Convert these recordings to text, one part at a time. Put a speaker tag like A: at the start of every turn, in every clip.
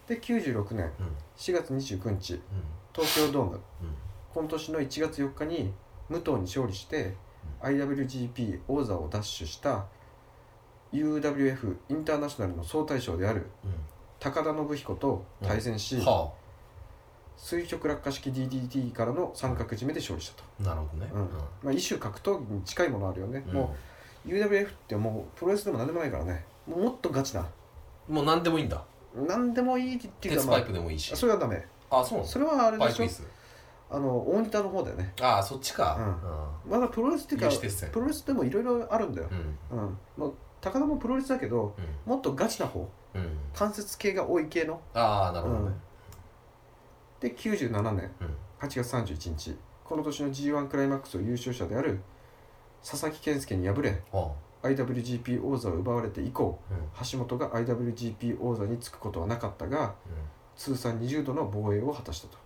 A: で96年4月29日、東京ドーム、今年の1月4日に武藤に勝利して、IWGP 王座を奪取した UWF インターナショナルの総大将である高田信彦と対戦し、垂直落下式 DDT からの三角締めで勝利したと。
B: なるほどね、
A: まあ、一種格闘技に近いものあるよね、もう UWF ってもうプロレスでも何でもないからね、もっとガチな、
B: もう何でもいいんだ。
A: 何でもいいっていうか、
B: 鉄パイプでもいいし、
A: それはダメ。
B: あ、そうなの。
A: それはあれでしょ、
B: パイプ椅子、
A: 大仁田の方だよね。
B: あ、そっちか、
A: まだプロレスっていうかプロレスでもいろいろあるんだよ、まあ、高田もプロレスだけど、もっとガチな方、関節系が多い系の。
B: ああ、なるほどね。
A: で97年8月31日、この年の G1 クライマックスを優勝者である佐々木健介に敗れ、IWGP 王座を奪われて以降、橋本が IWGP 王座につくことはなかったが、通算20度の防衛を果たしたと。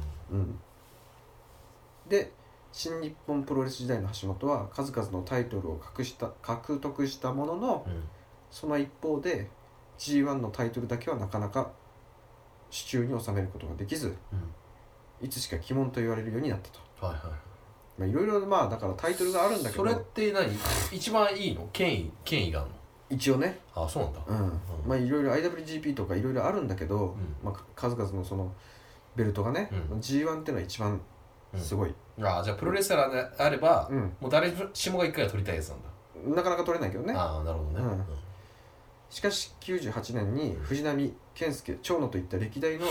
A: で新日本プロレス時代の橋本は数々のタイトルを獲得したものの、その一方で G1 のタイトルだけはなかなか手中に収めることができず、いつしか鬼門と言われるようになったと。まあいろいろ、まあだからタイトルがあるんだけど、
B: それって何一番いいの？権威があるの？
A: 一応ね。
B: あ、そうなんだ。
A: まあいろいろ IWGP とかいろいろあるんだけど、まあ数々のそのベルトがね、G1 っていうのは一番すごい。
B: あ、じゃあプロレスラーであれば、もう誰しもが一回は取りたいやつなんだ。
A: なかなか取れないけどね。
B: ああ、なるほどね。
A: しかし98年に藤波、健介、長野といった歴代の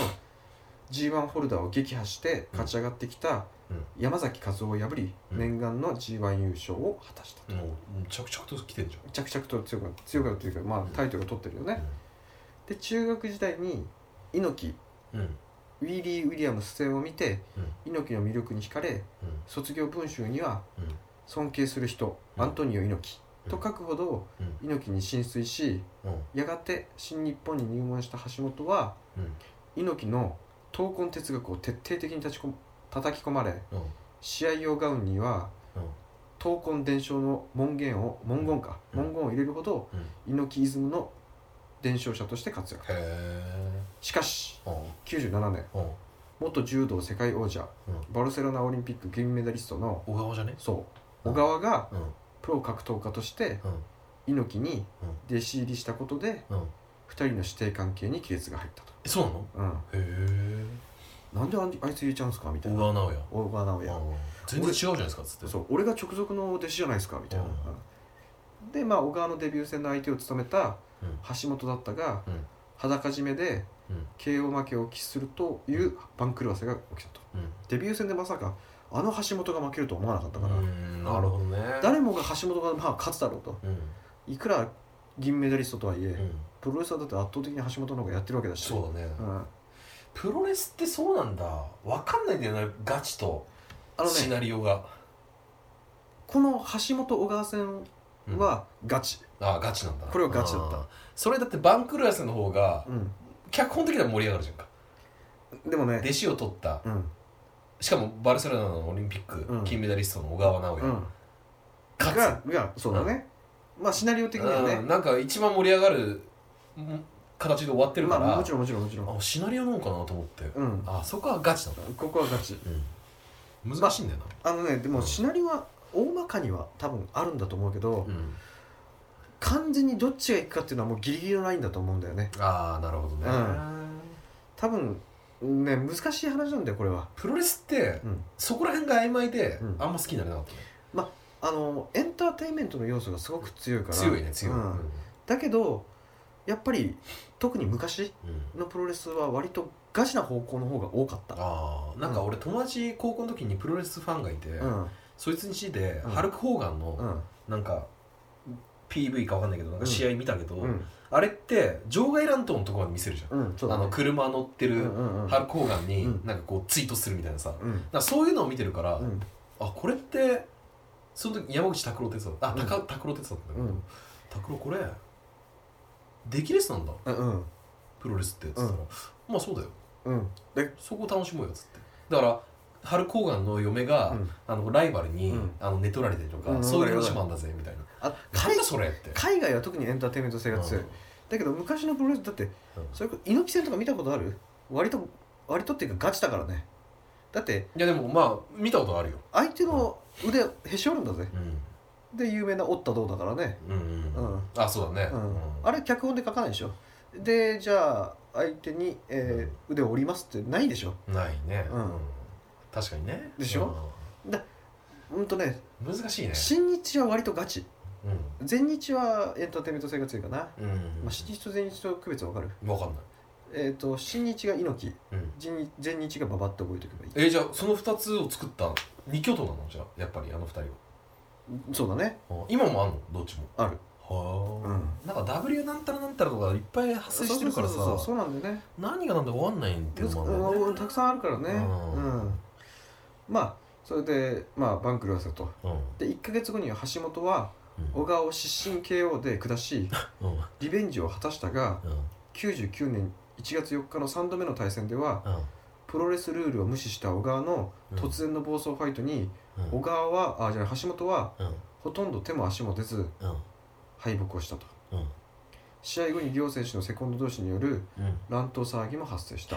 A: G1 ホルダーを撃破して勝ち上がってきた山崎和夫を破り、念願の G1 優勝を果たしたと。
B: もう着々と来てるじゃん。
A: 着々と強くなるというか、まあタイトルを取ってるよね。で中学時代に猪木、ウィリー・ウィリアムス戦を見て、猪木の魅力に惹かれ、卒業文集には尊敬する人、アントニオ猪木と書くほど猪木に心酔し、やがて新日本に入門した橋本は、猪木の闘魂哲学を徹底的に叩き込まれ、試合用ガウンには闘魂伝承の文言を入れるほど、猪木イズムの伝承者として活躍。しかし97年、元柔道世界王者、バルセロナオリンピック銀メダリストの
B: 小川じゃね？
A: 小川がプロ格闘家として猪木に弟子入りしたことで、2人の師弟関係に亀裂が入ったと。
B: そうなの？へえ。
A: なんであいつ入れちゃうんですかみたいな。
B: 小川直也。全然違うじゃないですかっつって。
A: そう、俺が直属の弟子じゃないですかみたいな。でまあ小川のデビュー戦の相手を務めた橋本だったが、裸締めで KO 負けを喫するという番狂わせが起きたと。デビュー戦でまさかあの橋本が負けると思わなかったから、
B: なるほどね。
A: 誰もが橋本がまあ勝つだろうと、いくら銀メダリストとはいえ、プロレスはだって圧倒的に橋本の方がやってるわけだし。
B: そうだね、プロレスってそうなんだ。分かんないんだよね、ガチとシナリオが。
A: この橋本小川戦はガチ、
B: ガチなんだ。
A: これはガチだった。
B: それだって番狂わせの方が、脚本的には盛り上がるじゃんか。
A: でもね、
B: 弟子を取った、しかもバルセロナのオリンピック金メダリストの小川直也
A: がそうだね、まあシナリオ的にはね、
B: なんか一番盛り上がる形で終わってるから、
A: もちろん
B: シナリオなのかなと思って、そこはガチなんだ。
A: ここはガチ、
B: 難しいんだよな。
A: でもシナリオは大まかには多分あるんだと思うけど、完全にどっちがいくかっていうのはもうギリギリのラインだと思うんだよね。
B: なるほどね。
A: 多分ね、難しい話なんだよこれは。
B: プロレスって、そこら辺が曖昧で、あんま好きになれなかったね。
A: まあエンターテインメントの要素がすごく強いから。
B: 強い、
A: だけどやっぱり特に昔のプロレスは割とガチな方向の方が多かった。
B: なんか俺友達高校の時にプロレスファンがいて、そいつん家でハルク・ホーガンのなんか PV かわかんないけどなんか試合見たけど、あれって場外乱闘のところまで見せるじゃん、車乗ってるハルク・ホーガンになんかこうツイートするみたいなさ、そういうのを見てるから、これってその時山口拓郎哲也拓郎哲也だったんだけど、拓郎これできレスなんだ、プロレスってっつったら、まあそうだよ、でそこを楽しもうよっつって。だからハルク・ホーガンの嫁が、ライバルに、寝取られてるとか、そういう話もあんだぜみたいな。なんだそれって。
A: 海外は特にエンターテインメント性が強い。 だけど昔のプロレスだって、それこそ猪木戦とか見たことある？割とっていうかガチだからね。だって
B: いやでもまあ見たことあるよ。
A: 相手の腕へし折るんだぜ、で有名な折ったどうだからね。
B: あ、そうだね、
A: あれ脚本で書かないでしょ。でじゃあ相手に、腕を折りますってないでしょ。
B: ないね、確かにね。
A: でしょ。ね
B: 難しいね。
A: 新日は割とガチ、全日はエンターテインメント性が強いかな。新日と全日と区別わかる？
B: わかんない。
A: 新日が猪木、全日がババッと覚えておけばいい。
B: じゃあその2つを作った二巨頭なの？じゃあやっぱりあの2人は。
A: そうだね。
B: 今もあんの？どっちもある。
A: は
B: あ、なんか W なんたらなんたらとかいっぱい発生してるからさ、
A: そうなんだよね。
B: 何がなんだか分かんないっていうのもあるんだよね。
A: たくさんあるからね。まあそれで番狂わせと、で1ヶ月後には橋本は小川を失神 KO で下し、リベンジを果たしたが、99年1月4日の3度目の対戦では、プロレスルールを無視した小川の突然の暴走ファイトに、橋本はほとんど手も足も出ず、敗北をしたと。試合後に両選手のセコンド同士による乱闘騒ぎも発生した。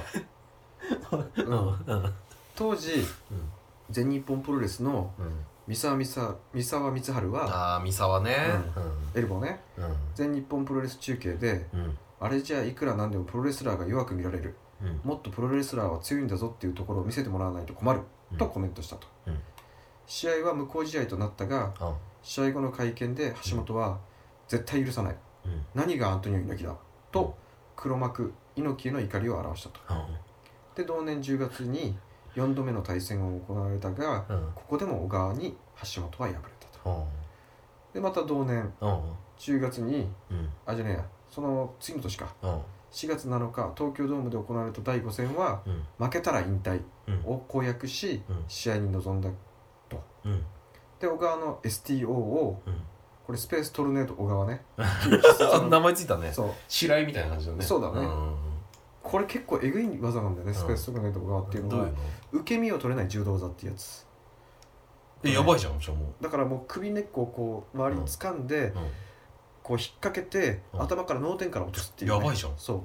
A: 当時、全日本プロレスの三沢光晴は、
B: 三沢ね、
A: エルボーね、全日本プロレス中継で、あれじゃいくらなんでもプロレスラーが弱く見られる、もっとプロレスラーは強いんだぞっていうところを見せてもらわないと困る、とコメントしたと。試合は無効試合となったが、試合後の会見で橋本は絶対許さない、何がアントニオ猪木だと黒幕猪木への怒りを表したと。で同年10月に4度目の対戦が行われたが、ここでも小川に橋本は敗れたと。でまた同年10月に、その次の年か、4月7日東京ドームで行われた第5戦は、負けたら引退を公約し、試合に臨んだと。で小川の STO を、これスペーストルネード小川ね
B: 名前ついたね。
A: そう
B: 白井みたいな感じだね。
A: そうだね、これ結構エグい技なんだよね、スペーストルネード小川っていうのは。受け身を取れない柔道技っていうやつ。
B: やばいじゃん。じゃあもう
A: だからもう首根っこをこう周りに掴んで、こう引っ掛けて、頭から脳天から落とすっていう、
B: やばいじゃん。
A: そう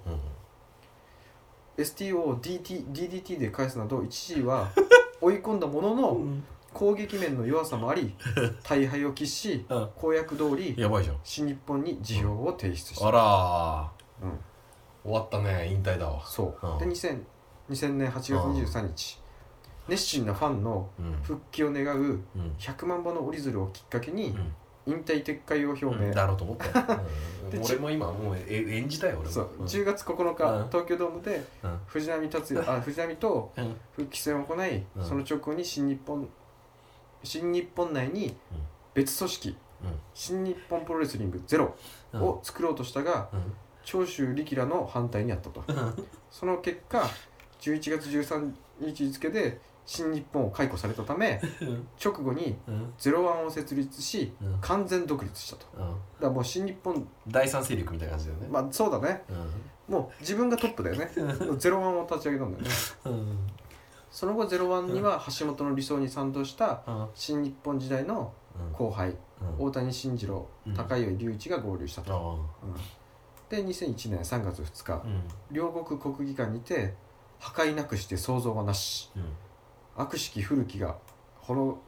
A: 、STO を DDT で返すなど一時は追い込んだものの、攻撃面の弱さもあり大敗を喫し、公約通り
B: やばいじゃん。
A: 新日本に辞表を提出した。
B: あら終わったね。引退だわ。
A: そうで2000年8月23日、熱心なファンの復帰を願う100万本の折り鶴をきっかけに引退撤回を表明。
B: だろうと思った俺も今もう演じたよ俺も。
A: そう10月9日東京ドームで藤波と復帰戦を行い、その直後に新日本内に別組織、新日本プロレスリングゼロを作ろうとしたが、長州力らの反対にあったと。その結果11月13日付で新日本を解雇されたため、直後にゼロワンを設立し、完全独立したと。だからもう新日本
B: 第三勢力みたいな感じだよね。
A: まあそうだね、もう自分がトップだよねゼロワンを立ち上げたんだよね。その後ゼロワンには橋本の理想に賛同した新日本時代の後輩、大谷慎次郎、高岩隆一が合流したと。で2001年3月2日、両国国技館にて破壊なくして創造はなし、悪しき古きが滅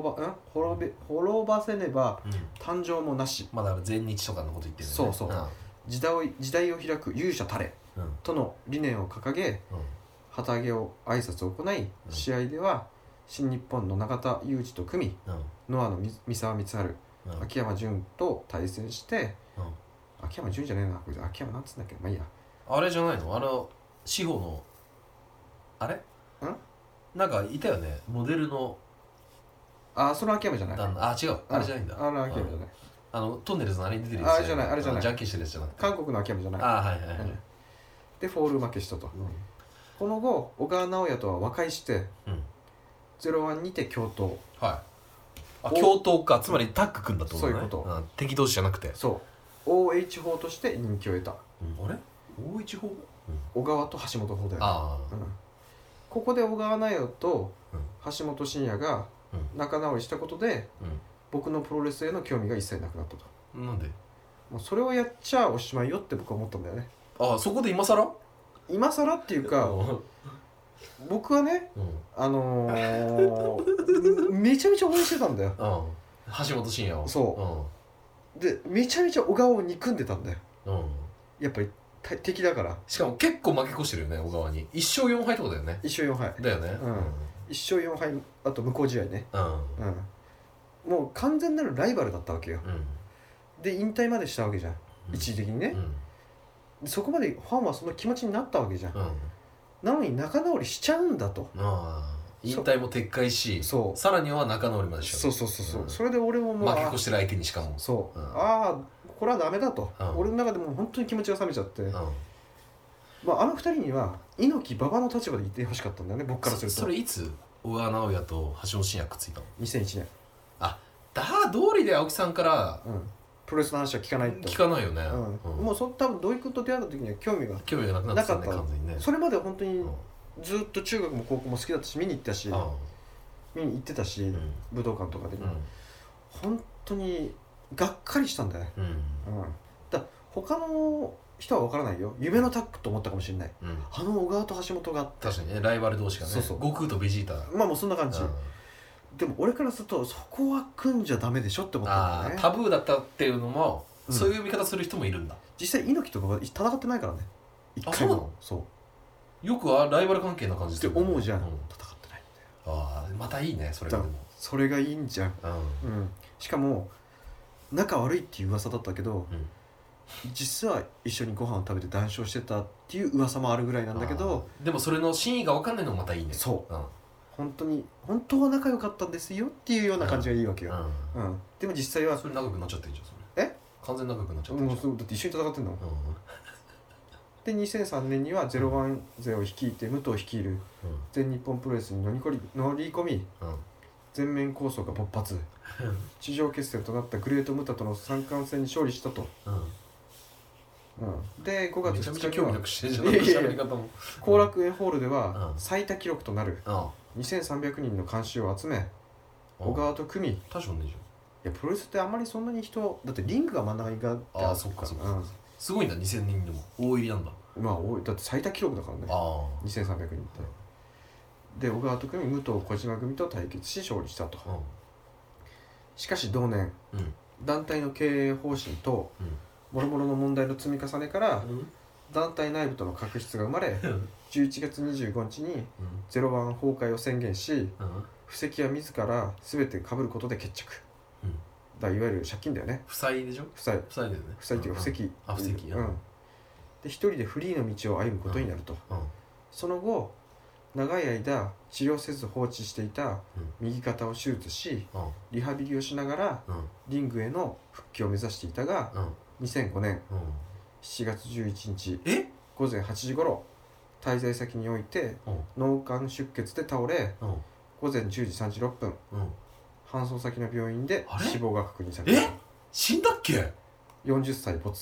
A: ばせねば誕生もなし、
B: まだ全日とかのこと言ってるね。
A: そうそう、時代を開く勇者たれとの理念を掲げ、旗揚げを挨拶を行い、試合では新日本の永田裕二と組み、ノアの三沢光晴、秋山純と対戦して、秋山純じゃねえな、これ秋山なんつうんだっけ、まあいいや。
B: あれじゃないの？司法のあれ？なんかいたよね、モデルの。
A: その秋山じゃない。
B: 違う、あれじゃないんだ。
A: 秋山じゃない。
B: トンネルズのあれに出てるやつ
A: じゃない。あれじゃない。
B: じゃんけんしてるやつじゃなくて。
A: 韓国の秋山じゃない。
B: はい。
A: でフォール負けしたと。この後小川直也とは和解して、ゼロワンにて共闘。
B: 共闘か、つまりタッグ組んだってことね。
A: そういうこと。
B: 敵同士じゃなくて。
A: そう。OH 法として人気を得た。
B: あれ ?OH 法？
A: 小川と橋本法だよね。ここで小川直也と橋本真也が仲直りしたことで、僕のプロレスへの興味が一切なくなったと。
B: なんで？
A: もうそれをやっちゃおしまいよって僕は思ったんだよね。
B: ああ、そこで今更
A: 今更っていうか僕はね、めちゃめちゃ応援してたんだよ、
B: 橋本真也を。
A: そう、でめちゃめちゃ小川を憎んでたんだよ、やっぱり敵だから。
B: しかも結構負け越してるよね、小川に。1勝4敗ってことだよね。
A: 1勝4敗
B: だよね、
A: 1勝4敗、あと無効試合ね、もう完全なるライバルだったわけよ、で引退までしたわけじゃん、一時的にね、そこまでファンはその気持ちになったわけじゃん、なのに仲直りしちゃうんだと。
B: 引退も撤回し、さらには仲直りまでし
A: ょ。そう、それで俺も
B: もう負け越してる相手にしかも
A: そう、ああこれはダメだと、俺の中でも本当に気持ちが冷めちゃって、あの二人には猪木馬場の立場でいてほしかったんだよね、僕からすると。
B: それいつ小川直也と橋本真也くっついたの
A: ？2001年。
B: 道理で青木さんから、
A: プロレスの話は聞かないと。
B: 聞かないよね、
A: もう多分土井君と出会った時には興味が
B: なくなってたね、完全にね。
A: それまで本当にずっと中学も高校も好きだったし、見に行ったし、見に行ってたし、武道館とかでも、本当にがっかりしたんだよね、だ他の人は分からないよ、夢のタッグと思ったかもしれない、あの小川と橋本が
B: 確かにね、ライバル同士がね、悟空とベジータ、
A: もうそんな感じ、でも俺からするとそこは組んじゃダメでしょって思ったんだよね。
B: タブーだったっていうのも、そういう見方する人もいるんだ。
A: 実際猪木とかは戦ってないからね、一回も。
B: そうよくはライバル関係な感じ
A: って思うじゃん、戦ってない
B: んだよ。またいいね、それが。
A: それがいいんじゃん、しかも仲悪いっていう噂だったけど、実は一緒にご飯を食べて談笑してたっていう噂もあるぐらいなんだけど、
B: でもそれの真意が分かんないのもまたいいね。
A: そう本当は仲良かったんですよっていうような感じがいいわけよ、でも実際は
B: それ長くなっちゃってるじゃん、それ。完全に長くなっちゃってるじゃん。
A: だって一緒に戦ってんの、で2003年には01勢を率いて武藤率いる全日本プロレスに乗り込み、全面抗争が勃発、地上決戦となったグレートムタとの三冠戦に勝利したと、で5月
B: 2日にはめちゃめちゃ興味なくしてんじゃん、喋り方も。
A: 後楽園ホールでは最多記録となる2300人の観衆を集め、小川と組み、
B: 大したもんねえじ
A: ゃん。いやプロレスってあんまりそんなに人だって、リングが真ん中にがあって、
B: そっか、すごいんだ、2000人でも大入りなんだ。
A: だって最多記録だからね、2300人って。で小川と組武藤小島組と対決し勝利したと、しかし同年、団体の経営方針と諸々の問題の積み重ねから、団体内部との確執が生まれ、11月25日に01崩壊を宣言し、布石は自ら全て被ることで決着、いわゆる借金だよね。
B: 負債でしょ。負債だよね。
A: 負債っていうか布石、で一人でフリーの道を歩むことになると、その後長い間治療せず放置していた右肩を手術し、リハビリをしながらリングへの復帰を目指していたが、2005年7月11日午前8時頃、滞在先において脳幹出血で倒れ、午前10時36分、搬送先の病院で死亡が確認された。
B: 死んだっけ
A: ？40歳没。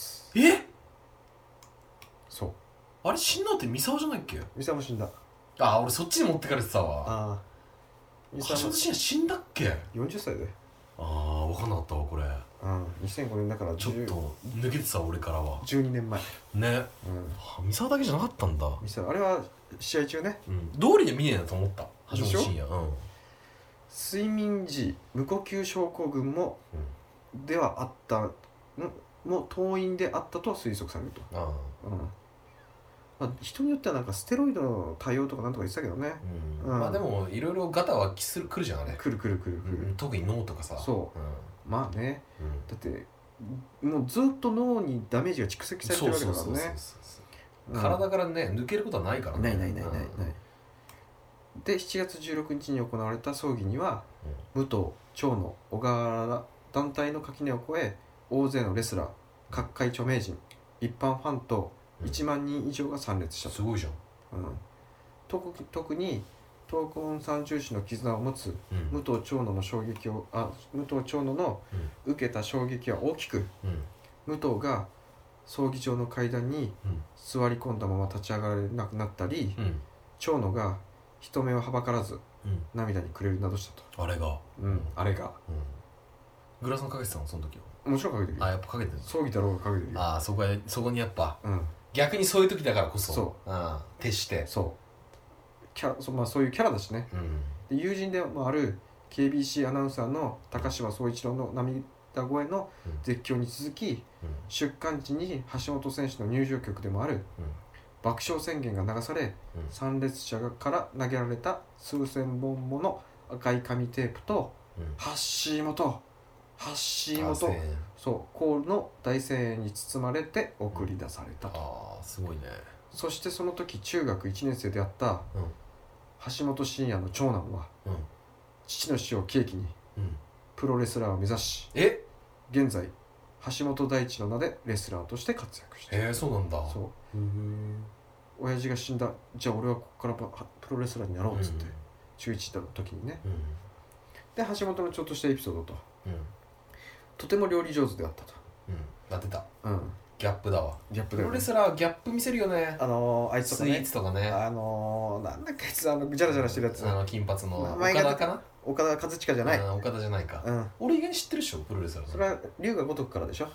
A: そう。
B: あれ死んだって三沢じゃないっけ？
A: 三沢も死んだ。
B: 俺そっちに持ってかれてたわ。橋本真也死んだっけ
A: ？40歳で。
B: 分かんなかったわこれ。
A: 2005年だから
B: ちょっと抜けてた俺からは。
A: 12年前
B: ね。三沢だけじゃなかったんだ。
A: 三沢あれは試合中ね。
B: 道理で見ねえなと思った。橋本真也。
A: 睡眠時無呼吸症候群もではあったも当院であったと推測されると。人によってはなんかステロイドの対応とかなんとか言ってたけどね。
B: でもいろいろガタは来るじゃんあれ。
A: 来る
B: 特に脳とかさ。
A: そうまあね、だってもうずっと脳にダメージが蓄積されてるわけだからね。
B: 体からね抜けることはないからね。
A: ないで7月16日に行われた葬儀には、武藤長野小川ら団体の垣根を越え大勢のレスラー各界著名人一般ファンと1万人以上が参列したと。
B: すごいじゃん。
A: 特に闘魂三重士の絆を持つ武藤長野の受けた衝撃は大きく、武藤が葬儀場の階段に座り込んだまま立ち上がれなくなったり、長野が人目をはばからず涙に暮れるなどしたと。
B: あれが
A: あれが
B: グラサンかけてたのその時は。
A: もちろんかけてるよ。
B: あ、やっぱかけてる。
A: 葬儀だろうがかけてるよ。
B: ああ、そこにやっぱ、
A: うん、
B: 逆にそういう時だからこそ、
A: そう
B: 徹して
A: そういうキャラだしね。
B: うん、
A: で友人でもある KBC アナウンサーの高島宗一郎の涙声の絶叫に続き、
B: うん、
A: 出刊時に橋本選手の入場曲でもある爆笑宣言が流され、参列者から投げられた数千本もの赤い紙テープと、ハッシー元そうコールの大声援に包まれて送り出されたと。
B: ああ、すごいね。
A: そしてその時中学1年生であった橋本真也の長男は、父の死を契機にプロレスラーを目指し、現在橋本大地の名でレスラーとして活躍している。
B: そうなんだ。
A: そう親父が死んだ、じゃあ俺はここからプロレスラーになろうっつって、中1の時にね、で橋本のちょっとしたエピソードと、とても料理上手であったと。
B: なってた。ギャップだわ。
A: ギャップだよね。
B: プロレスラーはギャップ見せるよね。
A: あいつとかね。
B: スイーツとかね。
A: なんだっけ、あいつジャラジャラしてるやつ。
B: 金髪の
A: 岡田かな。岡田和親じゃない。
B: 岡田じゃないか。俺意外に知ってるでしょ、プロレスラー。
A: それは龍が如くからでしょ。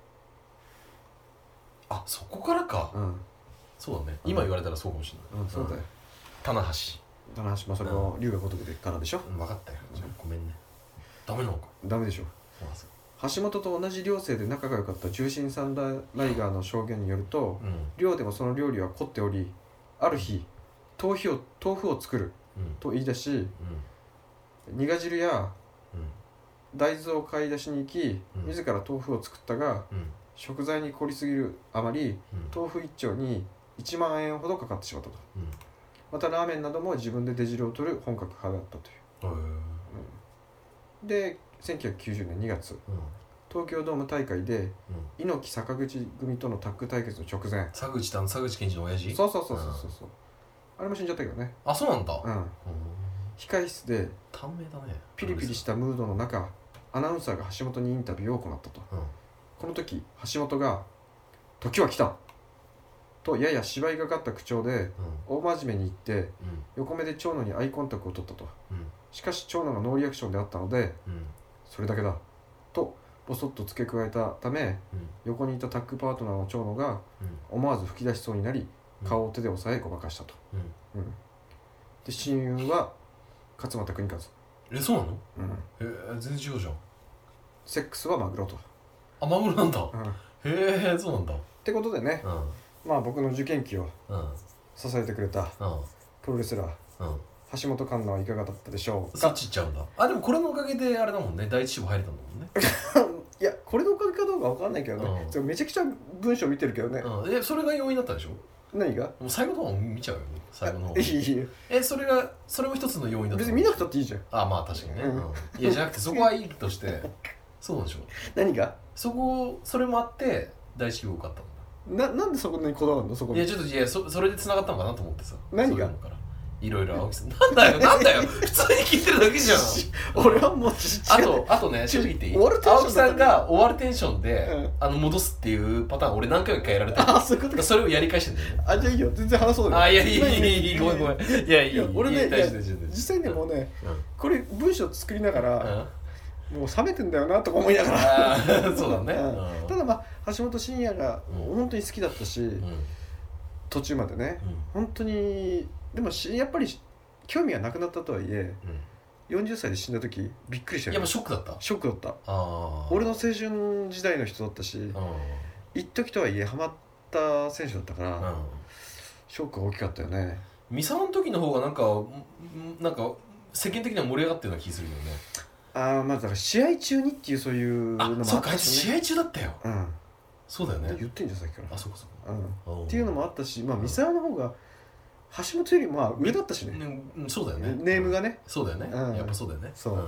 B: あ、そこからか。そうだね。今言われたらそうかもしれない。
A: そうだよ。
B: 棚橋、
A: それも龍が如くでからでしょ。
B: 分かったよ。ごめんね。ダメなのか。
A: ダメでしょ。橋本と同じ寮生で仲が良かった重心サンダーライガーの証言によると、寮でもその料理は凝っており、ある日豆腐を作ると言い出し、苦汁や大豆を買い出しに行き、自ら豆腐を作ったが、食材に凝りすぎるあまり、豆腐1丁に1万円ほどかかってしまったと。またラーメンなども自分で出汁を取る本格派だったという。で1990年2月、東京ドーム大会で、猪木坂口組とのタッグ対決の直前、
B: 佐口健二の親父。
A: そうあれも死んじゃったけどね。
B: あ、そうなんだ。
A: 控室で
B: 短命だね。
A: ピリピリしたムードの中、アナウンサーが橋本にインタビューを行ったと。この時橋本が「時は来た!」とやや芝居がかった口調で大真面目に言って、横目で長野にアイコンタクトを取ったと。しかし長野がノーリアクションであったので、それだけだとボソッと付け加えたため、横にいたタッグパートナーの長野が思わず吹き出しそうになり、顔を手で押さえごまかしたと。で親友は勝俣邦和。
B: そうなの？全然違うじゃん。
A: セックスはマグロと。
B: あ、マグロなんだ。へえ、そうなんだ。
A: ってことでね、僕の受験期を支えてくれたプロレスラー、橋本環奈はいかがだったでしょうか。
B: そっち行っちゃうんだ。あ、でもこれのおかげであれだもんね、第一志望入れたんだもんね。
A: いや、これのおかげかどうかわかんないけどね、めちゃくちゃ文章見てるけどね。
B: それが要因だったでしょ。
A: 何が？
B: もう最後の方見ちゃうよね、最後の方。それも一つの要因だった。
A: 別に見なくたっていいじゃん。
B: あ、まあ確かにね。いや、じゃなくてそこはいいとして、そうでしょ。
A: 何が？
B: それもあって第一志望受かったんだ。
A: なんでそこにこだわるの？そこに。
B: いや、ちょっとそれで繋がったのかなと思ってさ。
A: 何が？
B: いろいろ青木さん、なんだよ普通に聞いてるだけじゃん。
A: 俺はもう
B: あとね、正直言っていい？青木さんが終わるテンションで戻すっていうパターン俺何回かやられてる。
A: そういうことか。
B: それをやり返してんだよね。
A: あ、じゃあいいよ、全然話そうだよ。
B: いや、ごめん。いや、
A: 俺ね、
B: 大丈夫。
A: 実際ね、もうね、これ文章作りながらもう冷めてんだよなとか思いながら。
B: そうだね。
A: ただ橋本真也が本当に好きだったし、途中までね、本当に。でもやっぱり興味はなくなったとはいえ、40歳で死んだ時びっくりしたよ。
B: やっぱショックだった。
A: ショックだった。俺の青春時代の人だったし、一時とはいえハマった選手だったから、ショックが大きかったよね。
B: 三沢の時の方がなんか世間的には盛り上がってるような気するよね。
A: まずだから試合中にっていうそういうのもあったしね。
B: そうか、あいつ試合中だったよ。そうだよね。
A: 言ってんじゃんさっきから。
B: そうか。
A: っていうのもあったし、三沢の方が橋本よりも上だったしね。
B: そうだよね。
A: ネームがね。
B: そうだよね。やっぱそうだよね。
A: そう。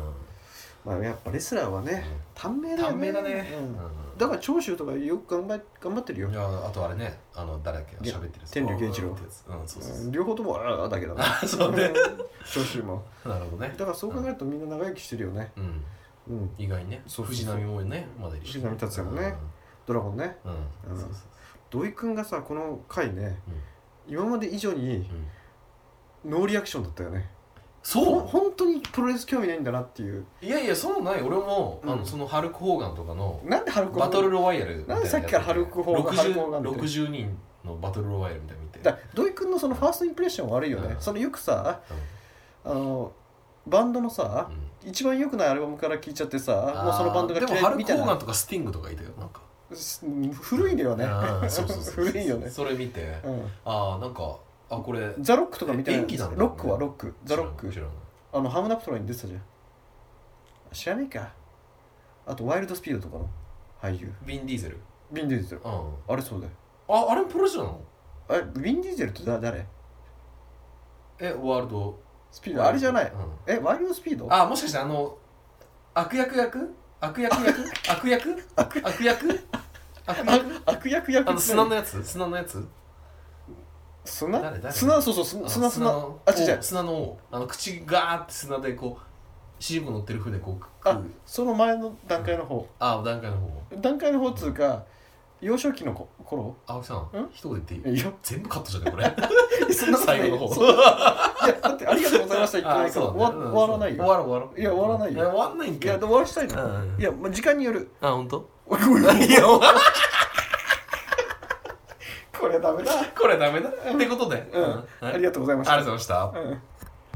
A: やっぱレスラーはね、短命だよね。
B: 短命だね。
A: だから長州とかよく頑張ってるよ。
B: いや、あとあれね、誰だっけ、喋ってる
A: 天竜源一郎。両方ともだけどね。
B: そうね。
A: 長州も。
B: なるほどね。
A: だからそう考えるとみんな長生きしてるよね。
B: 意外にね。藤波もね、まだいるし。
A: 藤波達也もね。ドラゴンね。土井くんがさ、この回ね、今まで以上にノーリアクションだったよね。
B: そう
A: 本当にプロレス興味ないんだなっていう。
B: いやいやそうない。俺も、そのハルク・ホーガンとかの
A: なんでハルクホーガン
B: バトルロワイヤルみたいな
A: なんでさっきからハルク・ホーガン
B: 60人のバトルロワイヤルみたいな見て、
A: だ土井くんのそのファーストインプレッション悪いよね、そのよくさ、バンドのさ、一番良くないアルバムから聴いちゃってさ、もうそのバンドが
B: 嫌いみたいな。でもハルク・ホーガンとかスティングとかいたよ。なんか
A: 古いんだよね。
B: そう
A: 古いよね。
B: それ見て、なんかこれ
A: ザ・ロックとか見てない。
B: 演技なんだ、
A: ロックはロック、ザ・ロックハムナプトラに出てたじゃん。知らねえか。あとワイルドスピードとかの俳優
B: ビン・ディーゼル。
A: あれそうだよ。
B: あれプロレスなの？
A: ビン・ディーゼルって誰？
B: ワールド
A: スピードあれじゃない。ワイルドスピード？
B: もしかして悪役砂のやつ砂
A: そうそう砂
B: 砂の口ガーって砂でこう主人公乗ってる船こう
A: その前の段階の方。段階の方っつうか幼少期の頃。
B: 青木さん一言言っていい？全部カットじゃねこれ。
A: 最後の方。いやだってありがとうございました言ってないから終わらないよ。
B: 終わろう。
A: いや終わらないよ。
B: 終わんないんか。
A: いや終わらしたいの。いや時間による。
B: 本当？
A: これダメだ。
B: ってことで、
A: ありがとうございました。
B: ありがとうございました。